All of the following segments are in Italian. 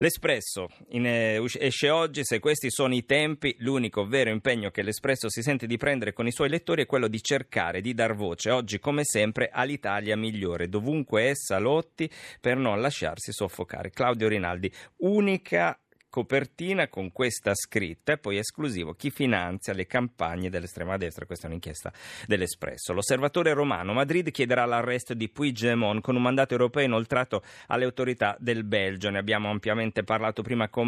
L'Espresso esce oggi. Se questi sono i tempi, l'unico vero impegno che l'Espresso si sente di prendere con i suoi lettori è quello di cercare di dar voce, oggi come sempre, all'Italia migliore, dovunque essa lotti per non lasciarsi soffocare. Claudio Rinaldi, unica copertina con questa scritta e poi esclusivo: chi finanzia le campagne dell'estrema destra. Questa è un'inchiesta dell'Espresso. L'Osservatore Romano: Madrid chiederà l'arresto di Puigdemont con un mandato europeo inoltrato alle autorità del Belgio. Ne abbiamo ampiamente parlato prima con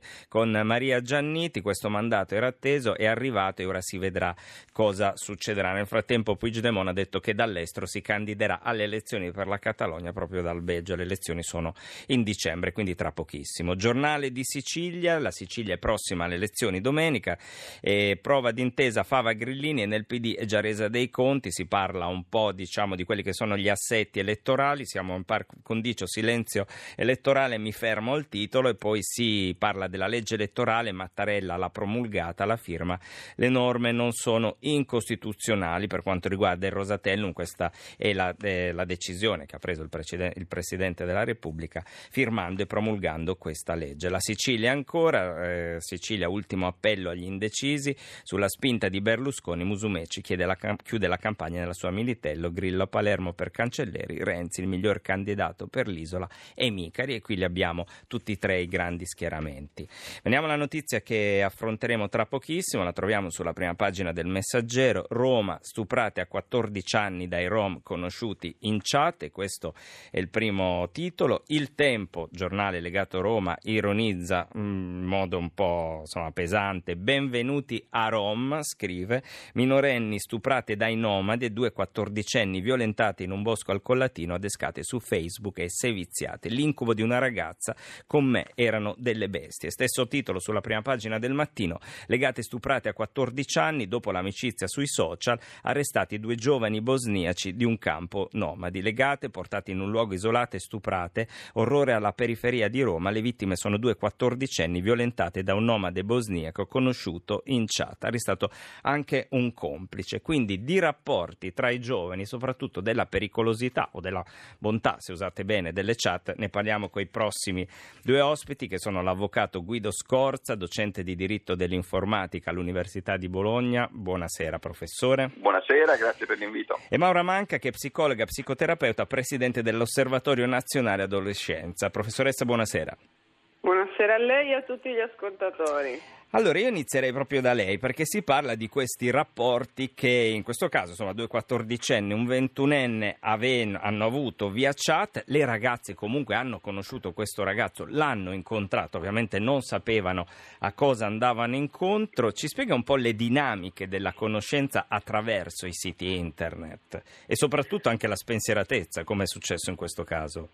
Maria Gianniti. Questo mandato era atteso, è arrivato e ora si vedrà cosa succederà. Nel frattempo Puigdemont ha detto che dall'estero si candiderà alle elezioni per la Catalogna proprio dal Belgio. Le elezioni sono in dicembre, quindi tra pochissimo. Giornale di Sicilia: la Sicilia è prossima alle elezioni domenica, prova d'intesa Fava Grillini e nel PD è già resa dei conti. Si parla un po' di quelli che sono gli assetti elettorali, siamo in par condicio silenzio elettorale, mi fermo al titolo, e poi si parla della legge elettorale. Mattarella l'ha promulgata, la firma: le norme non sono incostituzionali per quanto riguarda il Rosatellum. Questa è la decisione che ha preso il Presidente della Repubblica firmando e promulgando questa legge. La Sicilia ancora, Sicilia ultimo appello agli indecisi, sulla spinta di Berlusconi Musumeci chiude la campagna nella sua Militello, Grillo a Palermo per Cancelleri, Renzi il miglior candidato per l'isola e Micari, e qui li abbiamo tutti e tre i grandi schieramenti. Veniamo alla notizia che affronteremo tra pochissimo, la troviamo sulla prima pagina del Messaggero: Roma, stuprate a 14 anni dai rom conosciuti in chat, e questo è il primo titolo. Il Tempo, giornale legato a Roma, ironizza in modo un po' pesante: benvenuti a Rom, scrive, minorenni stuprate dai nomadi e 2 quattordicenni violentate in un bosco al Collatino, adescate su Facebook e seviziate. L'incubo di una ragazza, con me erano delle bestie. Stesso titolo sulla prima pagina del Mattino: legate stuprate a 14 anni, dopo l'amicizia sui social, arrestati 2 giovani bosniaci di un campo nomadi. Legate, portate in un luogo isolato e stuprate, orrore alla periferia di Roma, le vittime sono 2 quattordicenni violentate da un nomade bosniaco conosciuto in chat, arrestato anche un complice. Quindi di rapporti tra i giovani, soprattutto della pericolosità o della bontà, se usate bene, delle chat, ne parliamo con i prossimi 2 ospiti, che sono l'avvocato Guido Scorza, docente di diritto dell'informatica all'Università di Bologna. Buonasera professore. Buonasera, grazie per l'invito. E Maura Manca, che è psicologa, psicoterapeuta, presidente dell'Osservatorio Nazionale Adolescenza. Professoressa, buonasera. Buonasera a lei e a tutti gli ascoltatori. Allora, io inizierei proprio da lei, perché si parla di questi rapporti che in questo caso, 2 quattordicenni, un 21enne hanno avuto via chat. Le ragazze comunque hanno conosciuto questo ragazzo, l'hanno incontrato, ovviamente non sapevano a cosa andavano incontro. Ci spiega un po' le dinamiche della conoscenza attraverso i siti internet e soprattutto anche la spensieratezza, come è successo in questo caso?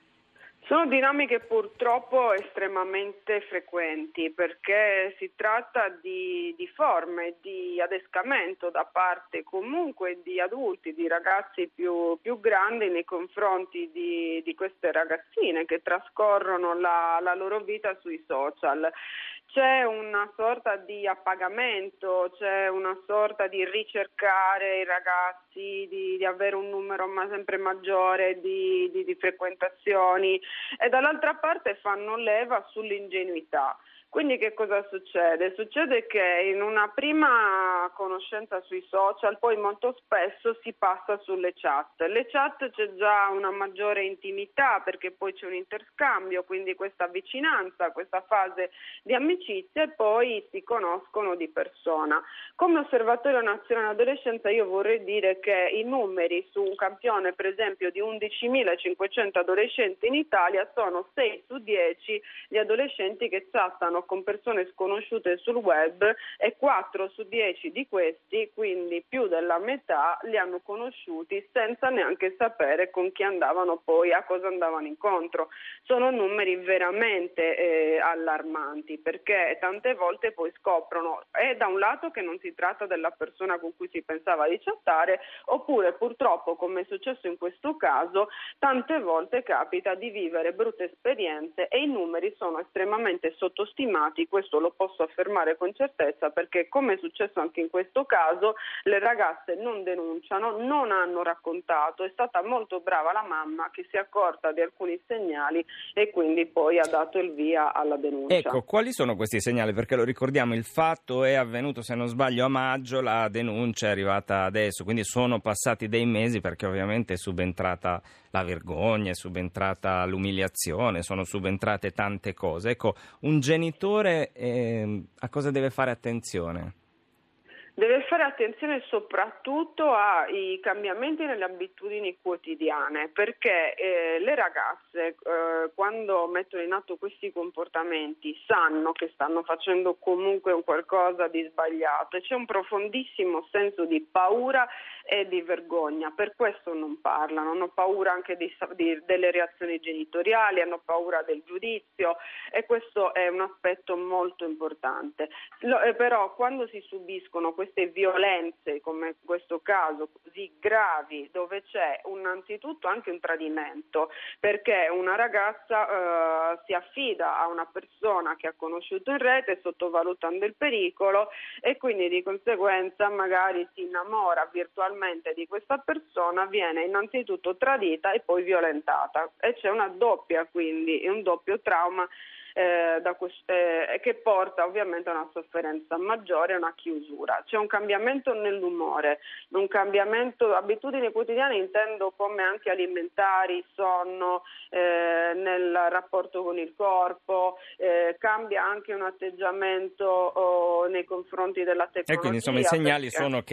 Sono dinamiche purtroppo estremamente frequenti, perché si tratta di forme di adescamento da parte comunque di adulti, di ragazzi più grandi nei confronti di queste ragazzine che trascorrono la loro vita sui social. C'è una sorta di appagamento, c'è una sorta di ricercare i ragazzi, di avere un numero sempre maggiore di frequentazioni, e dall'altra parte fanno leva sull'ingenuità. Quindi che cosa succede? Succede che in una prima conoscenza sui social poi molto spesso si passa sulle chat. Le chat c'è già una maggiore intimità, perché poi c'è un interscambio, quindi questa vicinanza, questa fase di amicizia, e poi si conoscono di persona. Come Osservatorio Nazionale Adolescenza io vorrei dire che i numeri su un campione per esempio di 11.500 adolescenti in Italia sono 6 su 10 gli adolescenti che chattano con persone sconosciute sul web, e 4 su 10 di questi, quindi più della metà, li hanno conosciuti senza neanche sapere con chi andavano poi, a cosa andavano incontro. Sono numeri veramente allarmanti, perché tante volte poi scoprono da un lato che non si tratta della persona con cui si pensava di chattare, oppure purtroppo, come è successo in questo caso, tante volte capita di vivere brutte esperienze e i numeri sono estremamente sottostimati filmati, questo lo posso affermare con certezza perché, come è successo anche in questo caso, le ragazze non denunciano, non hanno raccontato, è stata molto brava la mamma che si è accorta di alcuni segnali e quindi poi ha dato il via alla denuncia. Ecco, quali sono questi segnali? Perché lo ricordiamo, il fatto è avvenuto, se non sbaglio, a maggio, la denuncia è arrivata adesso, quindi sono passati dei mesi perché ovviamente è subentrata la vergogna, è subentrata l'umiliazione, sono subentrate tante cose. Ecco, un genitore a cosa deve fare attenzione? Deve fare attenzione soprattutto ai cambiamenti nelle abitudini quotidiane, perché le ragazze quando mettono in atto questi comportamenti sanno che stanno facendo comunque un qualcosa di sbagliato e c'è un profondissimo senso di paura e di vergogna, per questo non parlano, hanno paura anche delle reazioni genitoriali, hanno paura del giudizio e questo è un aspetto molto importante. Però quando si subiscono queste violenze, come in questo caso, così gravi, dove c'è innanzitutto anche un tradimento, perché una ragazza si affida a una persona che ha conosciuto in rete sottovalutando il pericolo e quindi di conseguenza magari si innamora virtualmente di questa persona, viene innanzitutto tradita e poi violentata e c'è una doppia, quindi un doppio trauma che porta ovviamente a una sofferenza maggiore e una chiusura. C'è un cambiamento nell'umore, un cambiamento, abitudini quotidiane intendo come anche alimentari, sonno, nel rapporto con il corpo, cambia anche un atteggiamento nei confronti della tecnologia. E quindi insomma i segnali sono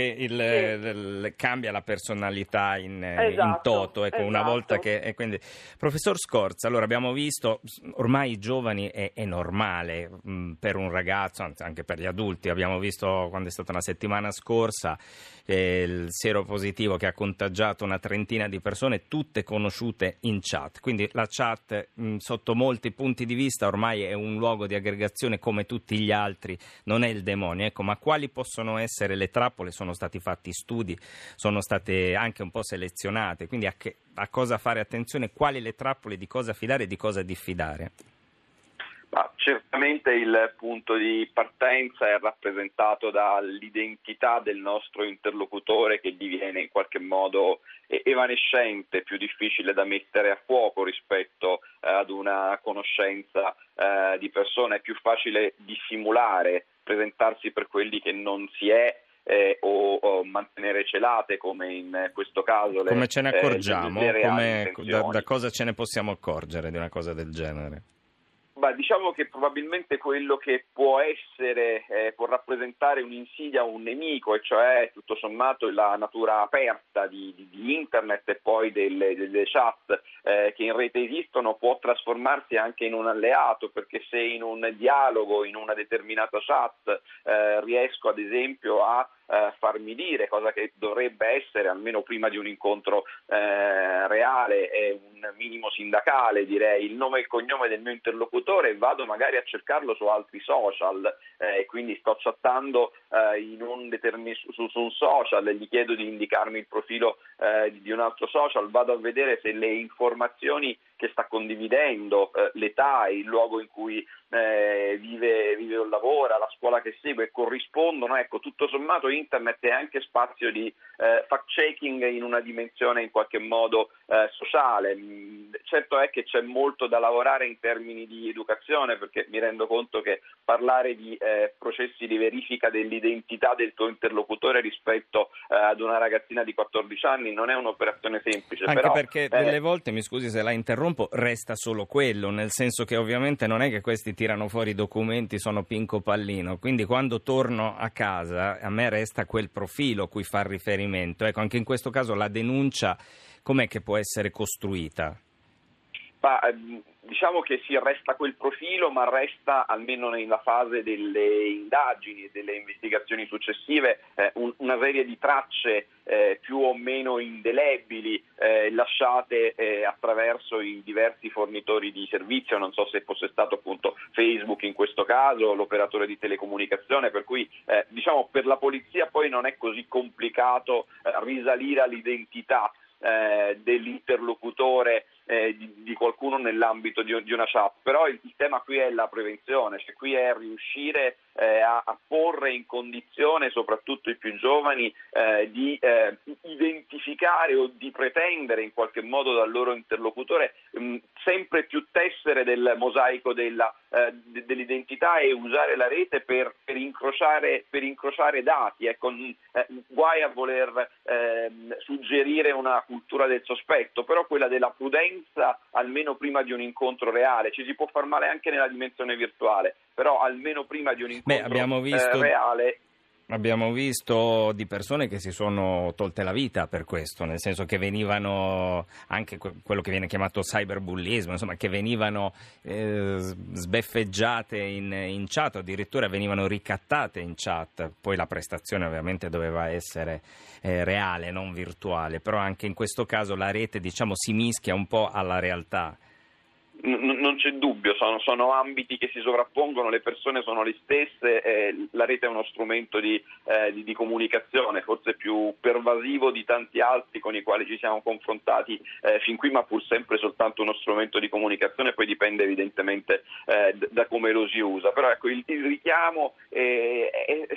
che cambia la personalità in toto, ecco, una volta che... E quindi, professor Scorza, allora abbiamo visto, ormai i giovani è normale per un ragazzo, anzi anche per gli adulti. Abbiamo visto quando è stata una settimana scorsa il seropositivo che ha contagiato una trentina di persone, tutte conosciute in chat. Quindi la chat sotto molti punti di vista ormai è un luogo di aggregazione come tutti gli altri, non è il demonio. Ecco, ma quali possono essere le trappole? Sono stati fatti studi, sono state anche un po' selezionate, quindi a cosa fare attenzione, quali le trappole, di cosa fidare e di cosa diffidare? Ma certamente il punto di partenza è rappresentato dall'identità del nostro interlocutore che diviene in qualche modo evanescente, più difficile da mettere a fuoco rispetto ad una conoscenza di persona, è più facile dissimulare, presentarsi per quelli che non si è o mantenere celate come in questo caso. Come ce ne accorgiamo? Da cosa ce ne possiamo accorgere di una cosa del genere? Diciamo che probabilmente quello che può rappresentare un'insidia o un nemico, e cioè tutto sommato la natura aperta di internet e poi delle chat che in rete esistono, può trasformarsi anche in un alleato, perché se in un dialogo, in una determinata chat riesco ad esempio a farmi dire, cosa che dovrebbe essere almeno prima di un incontro reale e un minimo sindacale, direi, il nome e il cognome del mio interlocutore, e vado magari a cercarlo su altri social e quindi sto chattando su un social e gli chiedo di indicarmi il profilo di un altro social, vado a vedere se le informazioni che sta condividendo, l'età, il luogo in cui vive o lavora, la scuola che segue, corrispondono. Ecco, tutto sommato internet è anche spazio di fact-checking in una dimensione in qualche modo sociale. Certo è che c'è molto da lavorare in termini di educazione, perché mi rendo conto che parlare di processi di verifica dell'identità del tuo interlocutore rispetto ad una ragazzina di 14 anni non è un'operazione semplice. Anche perché delle volte, mi scusi se la interrompo, resta solo quello, nel senso che ovviamente non è che questi tirano fuori i documenti, sono Pinco Pallino, quindi quando torno a casa a me resta quel profilo a cui far riferimento. Ecco, anche in questo caso la denuncia com'è che può essere costruita? Diciamo che si resta quel profilo, ma resta, almeno nella fase delle indagini e delle investigazioni successive, una serie di tracce più o meno indelebili lasciate attraverso i diversi fornitori di servizio. Non so se fosse stato appunto Facebook in questo caso, l'operatore di telecomunicazione, per cui diciamo per la polizia poi non è così complicato risalire all'identità dell'interlocutore di qualcuno nell'ambito di una chat. Però il tema qui è la prevenzione, cioè qui è riuscire a porre in condizione soprattutto i più giovani di identificare o di pretendere in qualche modo dal loro interlocutore sempre più tessere del mosaico dell'identità e usare la rete per incrociare dati. Ecco, guai a voler suggerire una cultura del sospetto, però quella della prudenza almeno prima di un incontro reale. Ci si può far male anche nella dimensione virtuale, però almeno prima di un incontro reale. Abbiamo visto di persone che si sono tolte la vita per questo, nel senso che venivano, anche quello che viene chiamato cyberbullismo, insomma, che venivano sbeffeggiate in chat, addirittura venivano ricattate in chat. Poi la prestazione ovviamente doveva essere reale, non virtuale, però anche in questo caso la rete, diciamo, si mischia un po' alla realtà. Non c'è dubbio, sono ambiti che si sovrappongono, le persone sono le stesse, la rete è uno strumento di comunicazione, forse più pervasivo di tanti altri con i quali ci siamo confrontati fin qui, ma pur sempre soltanto uno strumento di comunicazione, poi dipende evidentemente da come lo si usa. Però ecco, il richiamo è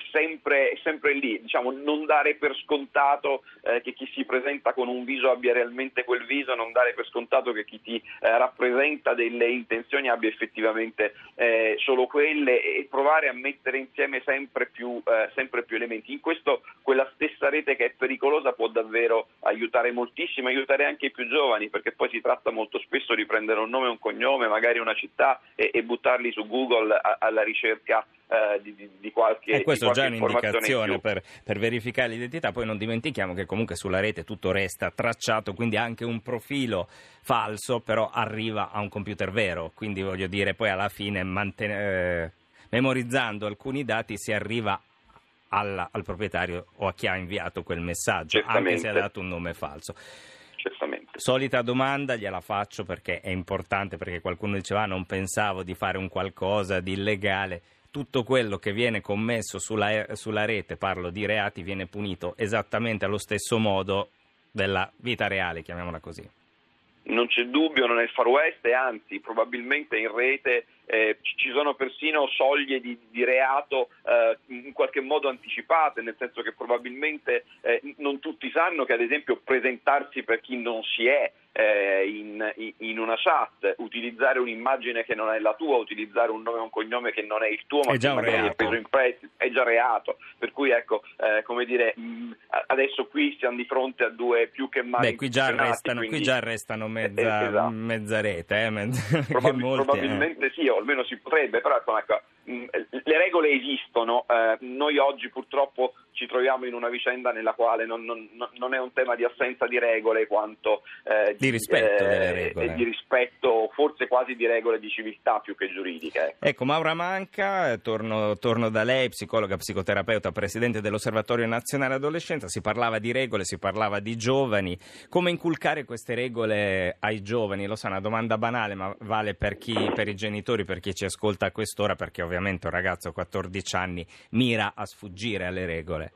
sempre lì, diciamo, non dare per scontato che chi si presenta con un viso abbia realmente quel viso, non dare per scontato che chi ti rappresenta delle intenzioni abbia effettivamente solo quelle, e provare a mettere insieme sempre più elementi. In questo quella stessa rete che è pericolosa può davvero aiutare moltissimo, aiutare anche i più giovani, perché poi si tratta molto spesso di prendere un nome e un cognome, magari una città, e buttarli su Google alla ricerca di qualche e questo di qualche già è un'indicazione per verificare l'identità. Poi non dimentichiamo che comunque sulla rete tutto resta tracciato, quindi anche un profilo falso però arriva a un computer vero, quindi voglio dire, poi alla fine memorizzando alcuni dati si arriva al proprietario o a chi ha inviato quel messaggio, certamente, anche se ha dato un nome falso. Certamente. Solita domanda, gliela faccio perché è importante, perché qualcuno diceva non pensavo di fare un qualcosa di illegale. Tutto quello che viene commesso sulla rete, parlo di reati, viene punito esattamente allo stesso modo della vita reale, chiamiamola così. Non c'è dubbio, non è il Far West, e anzi probabilmente in rete ci sono persino soglie di reato in qualche modo anticipate, nel senso che probabilmente non tutti sanno che ad esempio presentarsi per chi non si è in una chat, utilizzare un'immagine che non è la tua, utilizzare un nome e un cognome che non è il tuo, ma che magari è preso in prestito, è già reato. Per cui ecco, come dire, adesso qui siamo di fronte a due più che mai. Qui già restano mezza rete, probabilmente sì, o almeno si potrebbe, però ecco, le regole esistono. Noi oggi purtroppo ci troviamo in una vicenda nella quale non è un tema di assenza di regole quanto di rispetto delle regole, di rispetto, forse quasi di regole di civiltà più che giuridiche. Ecco, Maura Manca, torno da lei, psicologa, psicoterapeuta, presidente dell'Osservatorio Nazionale Adolescenza. Si parlava di regole, si parlava di giovani. Come inculcare queste regole ai giovani? Lo sa, una domanda banale, ma vale per i genitori, per chi ci ascolta a quest'ora, perché ovviamente un ragazzo a 14 anni mira a sfuggire alle regole.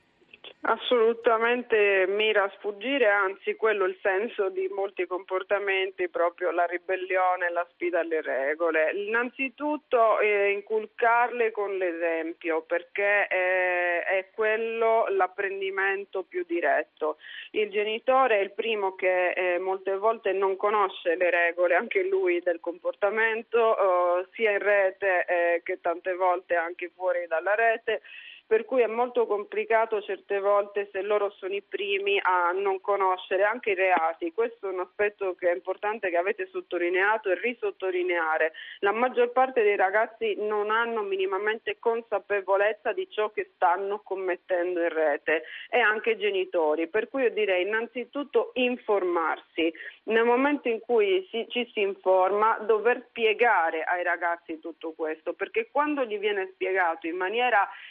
Assolutamente mira a sfuggire, anzi quello è il senso di molti comportamenti, proprio la ribellione, la sfida alle regole. Innanzitutto inculcarle con l'esempio, perché è quello l'apprendimento più diretto. Il genitore è il primo che molte volte non conosce le regole, anche lui, del comportamento, sia in rete che tante volte anche fuori dalla rete. Per cui è molto complicato certe volte, se loro sono i primi a non conoscere anche i reati. Questo è un aspetto che è importante, che avete sottolineato e risottolineare. La maggior parte dei ragazzi non hanno minimamente consapevolezza di ciò che stanno commettendo in rete, e anche i genitori. Per cui io direi innanzitutto informarsi. Nel momento in cui ci si informa, dover spiegare ai ragazzi tutto questo, perché quando gli viene spiegato in maniera efficace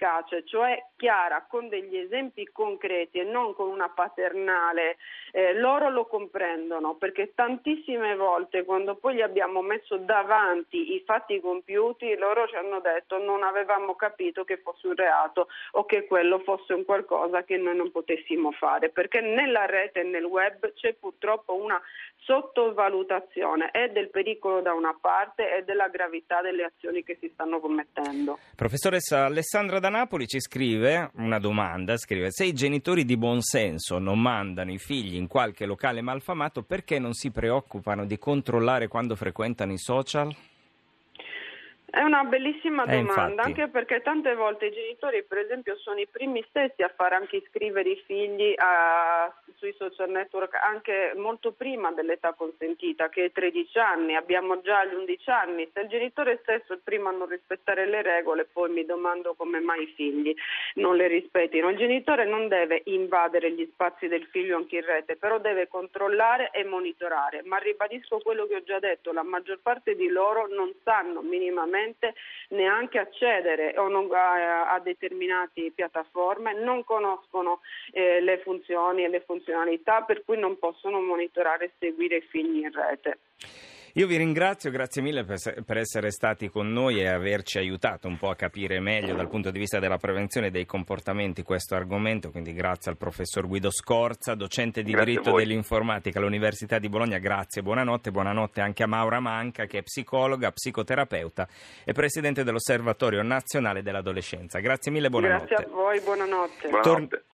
efficace, cioè chiara, con degli esempi concreti e non con una paternale, loro lo comprendono, perché tantissime volte quando poi gli abbiamo messo davanti i fatti compiuti, loro ci hanno detto non avevamo capito che fosse un reato o che quello fosse un qualcosa che noi non potessimo fare, perché nella rete e nel web c'è purtroppo una sottovalutazione e del pericolo da una parte e della gravità delle azioni che si stanno commettendo. Professoressa Alessandra da Napoli ci scrive una domanda, se i genitori di buon senso non mandano i figli in qualche locale malfamato, perché non si preoccupano di controllare quando frequentano i social? È una bellissima domanda, infatti. anche perché tante volte i genitori, per esempio, sono i primi stessi a far anche iscrivere i figli sui social network anche molto prima dell'età consentita, che è 13 anni, abbiamo già gli 11 anni. Se il genitore stesso è il primo a non rispettare le regole, poi mi domando come mai i figli non le rispettino. Il genitore non deve invadere gli spazi del figlio anche in rete, però deve controllare e monitorare. Ma ribadisco quello che ho già detto, la maggior parte di loro non sanno minimamente neanche accedere a determinate piattaforme, non conoscono le funzioni e le funzionalità, per cui non possono monitorare e seguire i figli in rete. Io vi ringrazio, grazie mille per essere stati con noi e averci aiutato un po' a capire meglio dal punto di vista della prevenzione dei comportamenti questo argomento, quindi grazie al professor Guido Scorza, docente di diritto dell'informatica all'Università di Bologna, grazie, buonanotte anche a Maura Manca che è psicologa, psicoterapeuta e presidente dell'Osservatorio Nazionale dell'Adolescenza. Grazie mille, buonanotte. Grazie a voi, buonanotte.